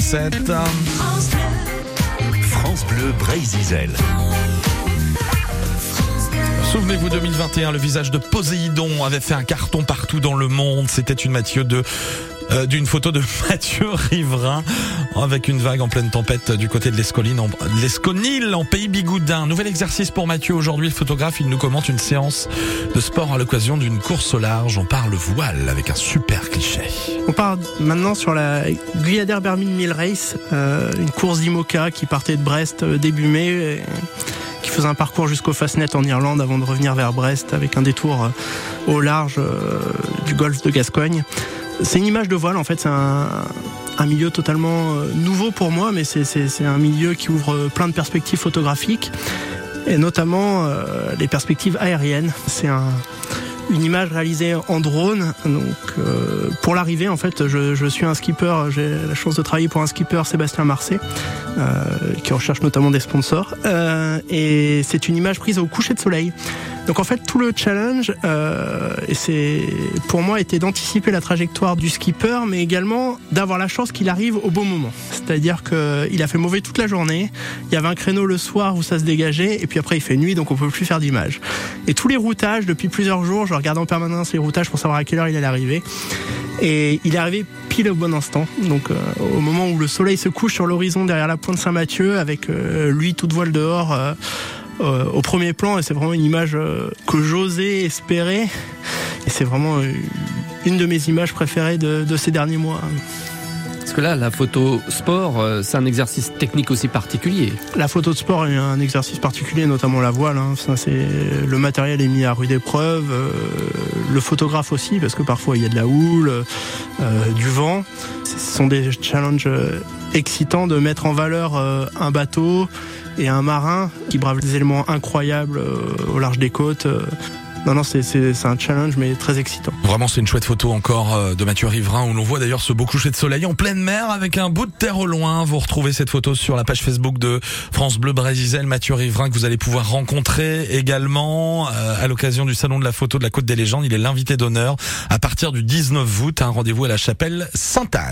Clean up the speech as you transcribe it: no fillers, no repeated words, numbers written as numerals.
8h07. France Bleu Brésil. Souvenez-vous, 2021, le visage de Poséidon avait fait un carton partout dans le monde. C'était d'une photo de Mathieu Riverain avec une vague en pleine tempête du côté de l'Esconil en pays bigoudin. Nouvel exercice pour Mathieu aujourd'hui. Le photographe, il nous commente une séance de sport à l'occasion d'une course au large. On parle voile avec un super cliché. On part maintenant sur la Guyadère Bermine 1000 Race, une course d'IMOCA qui partait de Brest début mai, qui faisait un parcours jusqu'au Fastnet en Irlande avant de revenir vers Brest avec un détour au large du golfe de Gascogne. C'est une image de voile, en fait, c'est un milieu totalement nouveau pour moi, mais c'est un milieu qui ouvre plein de perspectives photographiques, et notamment les perspectives aériennes. C'est une image réalisée en drone. Donc, pour l'arrivée, en fait, je suis un skipper. J'ai la chance de travailler pour un skipper, Sébastien Marcet, qui recherche notamment des sponsors. Et c'est une image prise au coucher de soleil. Donc en fait, tout le challenge, pour moi, était d'anticiper la trajectoire du skipper, mais également d'avoir la chance qu'il arrive au bon moment. C'est-à-dire qu'il a fait mauvais toute la journée. Il y avait un créneau le soir où ça se dégageait, et puis après il fait nuit, donc on peut plus faire d'image. Et tous les routages, depuis plusieurs jours, je regarde en permanence les routages pour savoir à quelle heure il allait arriver. Et il est arrivé pile au bon instant. Donc au moment où le soleil se couche sur l'horizon derrière la pointe Saint-Mathieu, avec lui toute voile dehors. Au premier plan, et c'est vraiment une image que j'osais espérer, et c'est vraiment une de mes images préférées de ces derniers mois. Parce que là, la photo sport, c'est un exercice technique aussi particulier. La photo de sport est un exercice particulier, notamment la voile. Le matériel est mis à rude épreuve, le photographe aussi, parce que parfois il y a de la houle, du vent. Ce sont des challenges excitants de mettre en valeur un bateau et un marin qui brave des éléments incroyables au large des côtes. Non, c'est un challenge, mais très excitant. Vraiment, c'est une chouette photo encore de Mathieu Riverain, où l'on voit d'ailleurs ce beau coucher de soleil en pleine mer avec un bout de terre au loin. Vous retrouvez cette photo sur la page Facebook de France Bleu Brésil. Mathieu Riverain que vous allez pouvoir rencontrer également à l'occasion du Salon de la photo de la Côte des Légendes. Il est l'invité d'honneur à partir du 19 août. Un rendez-vous à la chapelle Sainte-Anne.